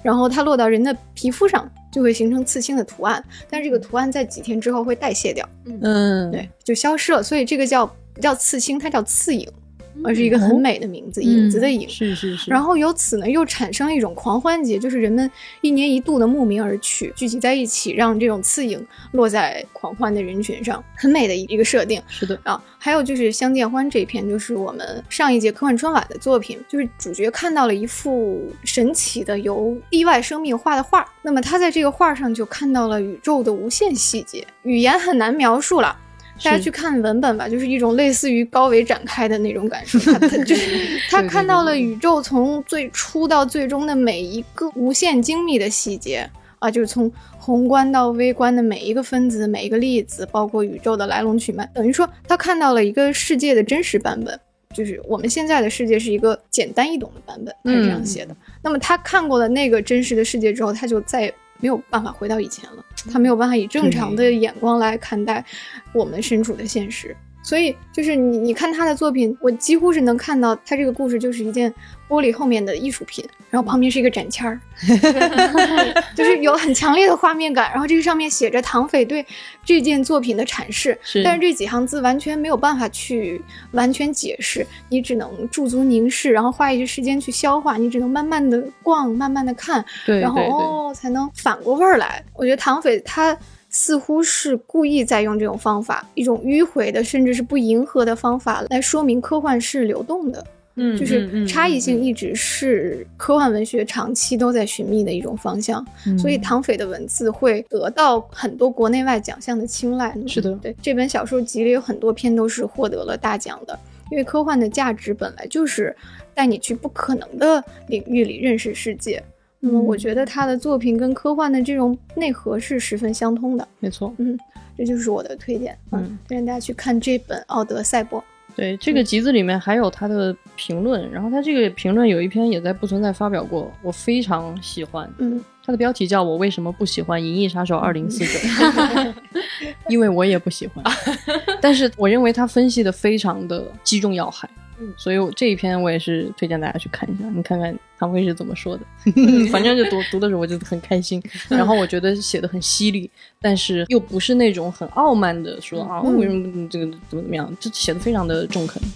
然后它落到人的皮肤上就会形成刺青的图案，但这个图案在几天之后会代谢掉， 嗯， 对，就消失了，所以这个叫不叫刺青，它叫刺影，而是一个很美的名字，影子的影。 是是是。 然后由此呢，又产生了一种狂欢节，就是人们一年一度的慕名而去，聚集在一起，让这种刺影落在狂欢的人群上，很美的一个设定。 是的啊，还有就是《相见欢》这一篇，就是我们上一届科幻春晚的作品，就是主角看到了一幅神奇的由地外生命画的画，那么他在这个画上就看到了宇宙的无限细节，语言很难描述了。大家去看文本吧，就是一种类似于高维展开的那种感受。他他就是他看到了宇宙从最初到最终的每一个无限精密的细节啊，就是从宏观到微观的每一个分子、每一个粒子，包括宇宙的来龙去脉。等于说，他看到了一个世界的真实版本，就是我们现在的世界是一个简单易懂的版本，他是这样写的。嗯、那么他看过了那个真实的世界之后，他就再也没有办法回到以前了，他没有办法以正常的眼光来看待我们身处的现实。所以就是你你看他的作品，我几乎是能看到他这个故事就是一件玻璃后面的艺术品，然后旁边是一个展签儿就是有很强烈的画面感，然后这个上面写着唐斐对这件作品的阐释，但是这几行字完全没有办法去完全解释，你只能驻足凝视，然后花一些时间去消化，你只能慢慢的逛，慢慢的看， 对， 然后对对哦才能反过味儿来。我觉得唐斐他似乎是故意在用这种方法，一种迂回的甚至是不迎合的方法来说明科幻是流动的， 嗯， 就是差异性一直是科幻文学长期都在寻觅的一种方向， 嗯、 所以唐斐的文字会得到很多国内外奖项的青睐。 是的， 对，这本小说集里有很多篇都是获得了大奖的，因为科幻的价值本来就是带你去不可能的领域里认识世界。那么我觉得他的作品跟科幻的这种内核是十分相通的。 没错， 嗯，这就是我的推荐，嗯，推荐大家去看这本《奥德赛博》。 对，这个集子里面还有他的评论，然后他这个评论有一篇也在不存在发表过，我非常喜欢。 嗯， 他的标题叫我为什么不喜欢《银翼杀手二零四九》因为我也不喜欢，但是我认为他分析的非常的击中要害。嗯，所以我这一篇我也是推荐大家去看一下，你看看唐斐是怎么说的反正就读读的时候我就很开心，然后我觉得写的很犀利，但是又不是那种很傲慢的说啊为什么这个怎么怎么样，就写的非常的中肯。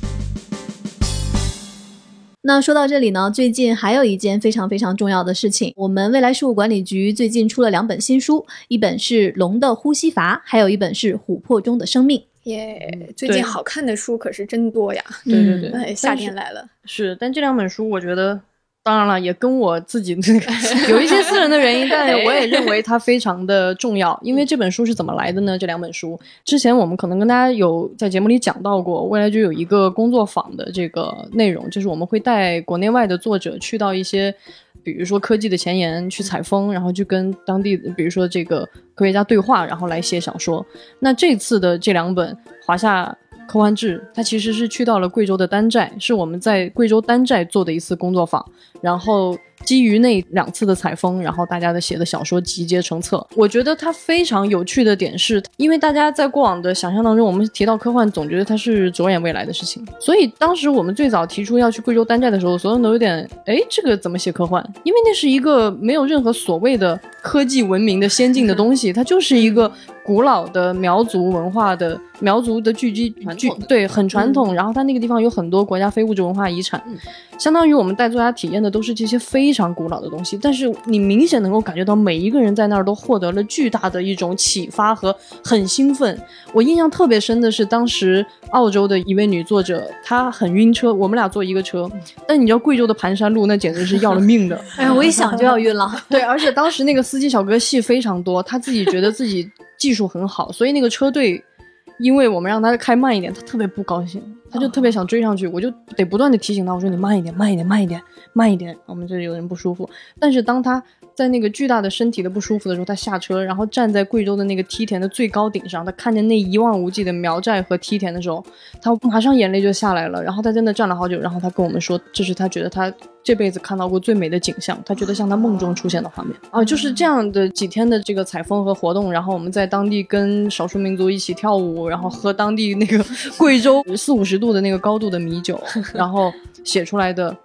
那说到这里呢，最近还有一件非常非常重要的事情，我们未来事务管理局最近出了两本新书，一本是《龙的呼吸法》，还有一本是《琥珀中的生命》。 耶、yeah, 最近好看的书可是真多呀。 对对对、 嗯、夏天来了。 是，但这两本书我觉得当然了也跟我自己那个有一些私人的原因但我也认为它非常的重要。因为这本书是怎么来的呢？这两本书之前我们可能跟大家有在节目里讲到过，未来就有一个工作坊的这个内容，就是我们会带国内外的作者去到一些比如说科技的前沿去采风，然后去跟当地比如说这个科学家对话，然后来写小说。那这次的这两本华夏科幻志，它其实是去到了贵州的丹寨，是我们在贵州丹寨做的一次工作坊，然后基于那两次的采风，然后大家的写的小说集结成册。我觉得它非常有趣的点是，因为大家在过往的想象当中，我们提到科幻总觉得它是着眼未来的事情，所以当时我们最早提出要去贵州丹寨的时候，所有人都有点诶这个怎么写科幻，因为那是一个没有任何所谓的科技文明的先进的东西它就是一个古老的苗族文化的苗族的聚集聚对很传统、嗯、然后它那个地方有很多国家非物质文化遗产、嗯、相当于我们带作家体验的都是这些非常古老的东西，但是你明显能够感觉到每一个人在那儿都获得了巨大的一种启发和很兴奋。我印象特别深的是当时澳洲的一位女作者，她很晕车，我们俩坐一个车，但你知道贵州的盘山路那简直是要了命的哎呀，我一想就要晕了对，而且当时那个司机小哥戏非常多，他自己觉得自己技术很好，所以那个车队因为我们让他开慢一点，他特别不高兴，他就特别想追上去，我就得不断的提醒他，我说你慢一点慢一点慢一点慢一点，我们这里有人不舒服。但是当他在那个巨大的身体的不舒服的时候，他下车，然后站在贵州的那个梯田的最高顶上，他看见那一望无际的苗寨和梯田的时候，他马上眼泪就下来了，然后他在那站了好久，然后他跟我们说这是他觉得他这辈子看到过最美的景象，他觉得像他梦中出现的画面啊，就是这样的几天的这个采风和活动，然后我们在当地跟少数民族一起跳舞，然后喝当地那个贵州四五十度的那个高度的米酒，然后写出来的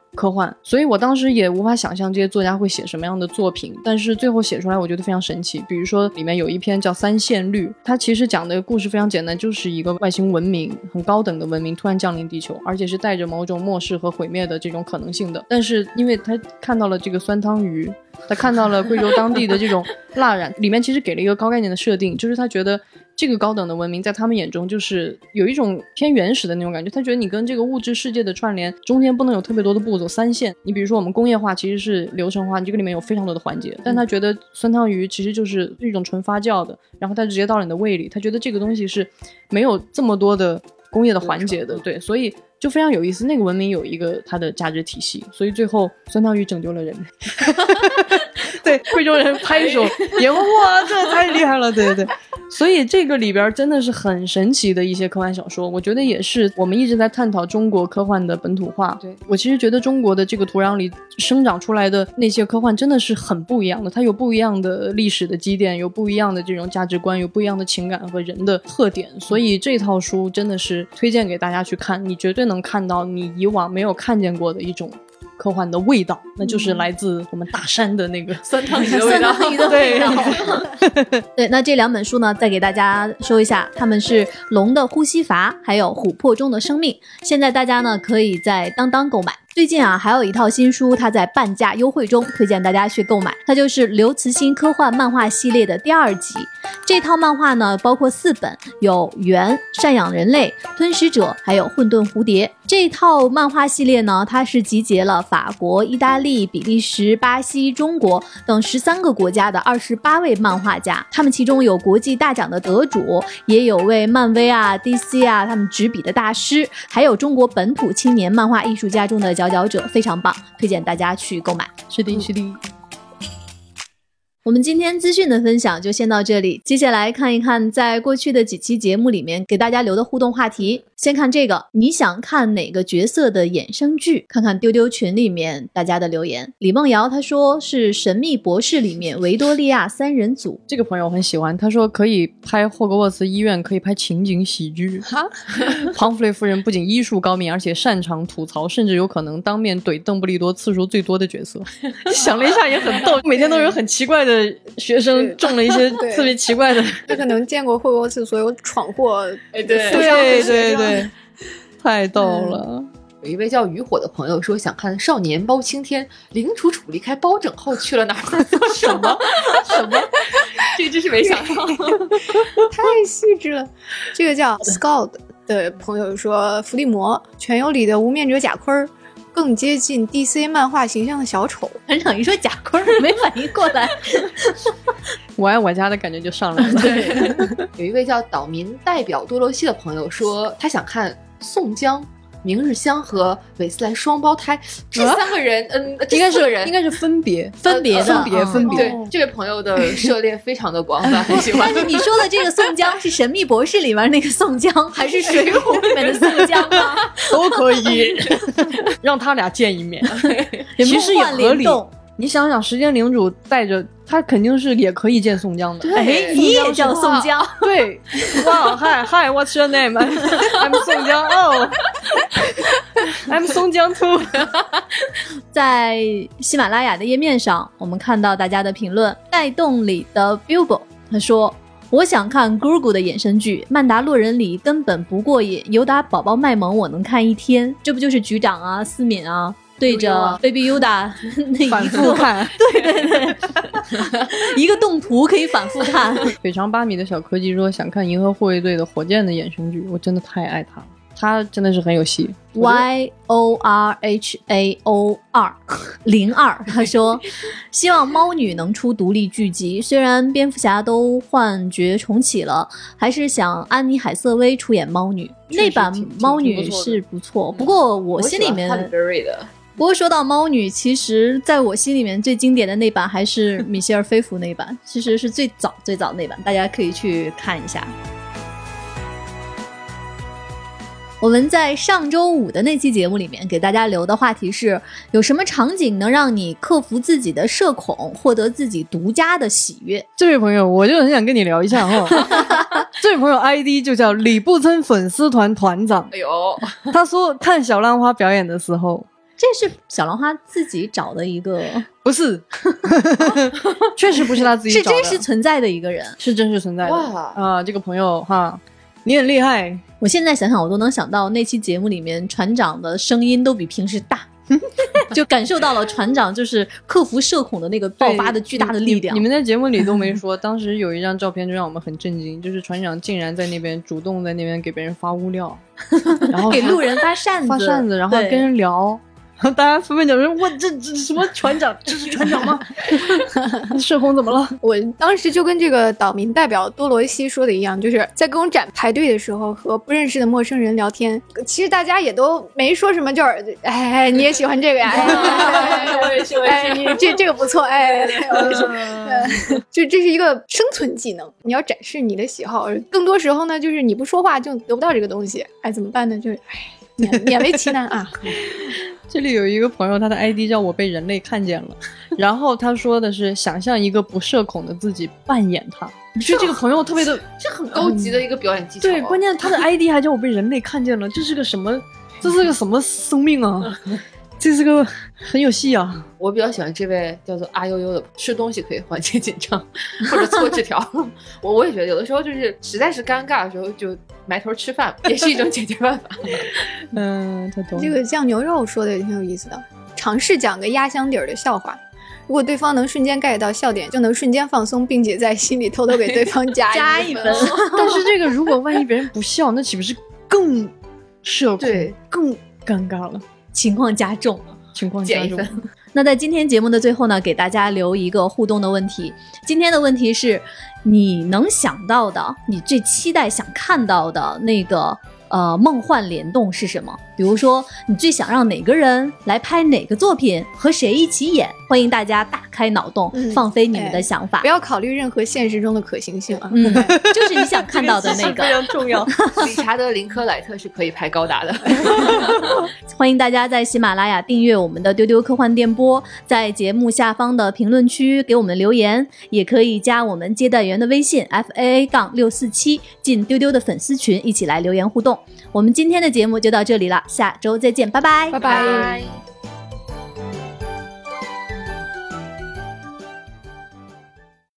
科幻，所以我当时也无法想象这些作家会写什么样的作品，但是最后写出来我觉得非常神奇。比如说里面有一篇叫三线率，它其实讲的故事非常简单，就是一个外星文明，很高等的文明突然降临地球，而且是带着某种末世和毁灭的这种可能性的。但是因为他看到了这个酸汤鱼，他看到了贵州当地的这种蜡染，里面其实给了一个高概念的设定，就是他觉得这个高等的文明在他们眼中就是有一种偏原始的那种感觉，他觉得你跟这个物质世界的串联中间不能有特别多的步骤，三线。你比如说我们工业化其实是流程化，你这个里面有非常多的环节，但他觉得酸汤鱼其实就是一种纯发酵的，然后它直接到了你的胃里，他觉得这个东西是没有这么多的工业的环节的，对，所以就非常有意思。那个文明有一个它的价值体系，所以最后酸汤鱼拯救了人类。对，贵州人拍手也哇，这太厉害了，对对对。所以这个里边真的是很神奇的一些科幻小说，我觉得也是我们一直在探讨中国科幻的本土化。对，我其实觉得中国的这个土壤里生长出来的那些科幻真的是很不一样的，它有不一样的历史的积淀，有不一样的这种价值观，有不一样的情感和人的特点，所以这套书真的是推荐给大家去看，你绝对能看到你以往没有看见过的一种科幻的味道，那就是来自我们大山的那个酸汤鱼的味道。 酸汤鱼的味道。对，那这两本书呢，再给大家说一下，他们是《龙的呼吸阀》还有《琥珀中的生命》，现在大家呢可以在当当购买。最近啊，还有一套新书，它在半价优惠中，推荐大家去购买。它就是刘慈欣科幻漫画系列的第二集。这套漫画呢，包括四本，有《猿》、《赡养人类》、《吞食者》还有《混沌蝴蝶》。这套漫画系列呢，它是集结了法国、意大利、比利时、巴西、中国等十三个国家的二十八位漫画家，他们其中有国际大奖的得主，也有为漫威啊、D C 啊他们执笔的大师，还有中国本土青年漫画艺术家中的佼佼者，非常棒，推荐大家去购买。 是的，是的。 我们今天资讯的分享就先到这里，接下来看一看在过去的几期节目里面给大家留的互动话题。先看这个，你想看哪个角色的衍生剧？看看丢丢群里面大家的留言。李梦瑶他说是神秘博士里面维多利亚三人组， 这个朋友我很喜欢，他说可以拍霍格沃茨医院，可以拍情景喜剧。哈，庞弗雷夫人不仅医术高明，而且擅长吐槽，甚至有可能当面怼邓布利多次数最多的角色。想了一下也很逗，每天都有很奇怪的学生中了一些特别奇怪的， 他可能见过霍格沃茨所有闯祸， 哎，对对对对，太逗了。嗯， 有一位叫渔火的朋友说想看少年包青天，林楚楚离开包拯后去了哪儿，在做什么什么，这个真是没想到。 太细致了。这个叫 Scout 的朋友说伏地魔全游里的无面者贾昆更接近 D C 漫画形象的小丑。 团长一说贾昆没反应过来。 我爱我家的感觉就上来了。 对，有一位叫岛民代表多罗西的朋友说他想看宋江、明日香和韦斯莱双胞胎这三个人，嗯， 应该是人应该是分别分别的分别分别。 对，这位朋友的涉猎非常的广泛，很喜欢。 但是你说的这个宋江是神秘博士里面那个宋江，还是水浒里面的宋江吗？ 都可以，让他俩见一面，其实也合理。你想想，时间领主带着他肯定是也可以见宋江的。 哎，你也叫宋江？ 对，哇，嗨嗨 ，What's your name? I'm 宋江。哦 ，I'm 宋江 too。 在喜马拉雅的页面上，我们看到大家的评论。带动里的 Bilbo 他说：“我想看 Grogu 的衍生剧，曼达洛人里根本不过瘾，尤达宝宝卖萌我能看一天。”这不就是局长啊、思敏啊？对着 Baby Yoda 那反复看， 对对对，一个动图可以反复看。 腿长八米的小柯基说想看银河护卫队的火箭的衍生剧，我真的太爱他了，他真的是很有戏。 Y O R H A O 二零二他说希望猫女能出独立剧集，虽然蝙蝠侠都换角重启了，还是想安妮海瑟薇出演猫女。那版猫女是不错，不过我心里面不过说到猫女，其实在我心里面最经典的那版还是米歇尔菲弗那版，其实是最早最早那版，大家可以去看一下。我们在上周五的那期节目里面给大家留的话题是，有什么场景能让你克服自己的社恐，获得自己独家的喜悦？ 这位朋友我就很想跟你聊一下哦。这位朋友 I D 就叫李步村粉丝团团长。 哎呦， 他说看小浪花表演的时候这是小兰花自己找的一个， 不是，确实不是他自己是找的， 真实存在的一个人， 是真实存在的。 哇啊，这个朋友哈，你很厉害。 我现在想想，我都能想到那期节目里面船长的声音都比平时大，就感受到了船长就是克服社恐的那个爆发的巨大的力量。 你, 你们在节目里都没说，当时有一张照片就让我们很震惊，就是船长竟然在那边主动在那边给别人发物料，然后给路人发扇子， 发扇子，然后跟人聊。然后大家纷纷讲说：“哇，这这什么船长？这是船长吗？社恐怎么了？” 我当时就跟这个岛民代表多罗西说的一样，就是在公展排队的时候和不认识的陌生人聊天，其实大家也都没说什么，就是哎，你也喜欢这个呀？哎，我也喜欢。哎，你这这个不错，哎，我也是。就这是一个生存技能，你要展示你的喜好。更多时候呢，就是你不说话就得不到这个东西，哎，怎么办呢？就哎，勉勉为其难啊。 这里有一个朋友，他的 I D 叫我被人类看见了，然后他说的是想象一个不社恐的自己扮演他。你觉得这个朋友特别的， 这很高级的一个表演技巧、啊嗯。对，关键他的 I D 还叫我被人类看见了，这是个什么？这是个什么生命啊？这是个很有戏啊！ 我比较喜欢这位叫做阿悠悠的，吃东西可以缓解紧张，或者搓纸条。我我也觉得有的时候就是实在是尴尬的时候，就埋头吃饭也是一种解决办法。 嗯，他懂。 这个酱牛肉说的也挺有意思的，尝试讲个压箱底儿的笑话。如果对方能瞬间 get 到笑点，就能瞬间放松，并且在心里偷偷给对方加加一分。 但是这个如果万一别人不笑，那岂不是更社恐， 对， 更尴尬了？ 情况加重了， 情况加重。 那在今天节目的最后呢，给大家留一个互动的问题。今天的问题是，你能想到的，你最期待想看到的那个呃梦幻联动是什么？比如说，你最想让哪个人来拍哪个作品，和谁一起演？欢迎大家大开脑洞，嗯、放飞你们的想法、 哎，不要考虑任何现实中的可行性啊。 嗯，就是你想看到的那个， 非常重要。 理查德·林科莱特是可以拍高达的。 欢迎大家在喜马拉雅订阅我们的丢丢科幻电波，在节目下方的评论区给我们留言，也可以加我们接待员的微信 F A A 六四七进丢丢的粉丝群，一起来留言互动。我们今天的节目就到这里了，下周再见，拜拜， 拜拜。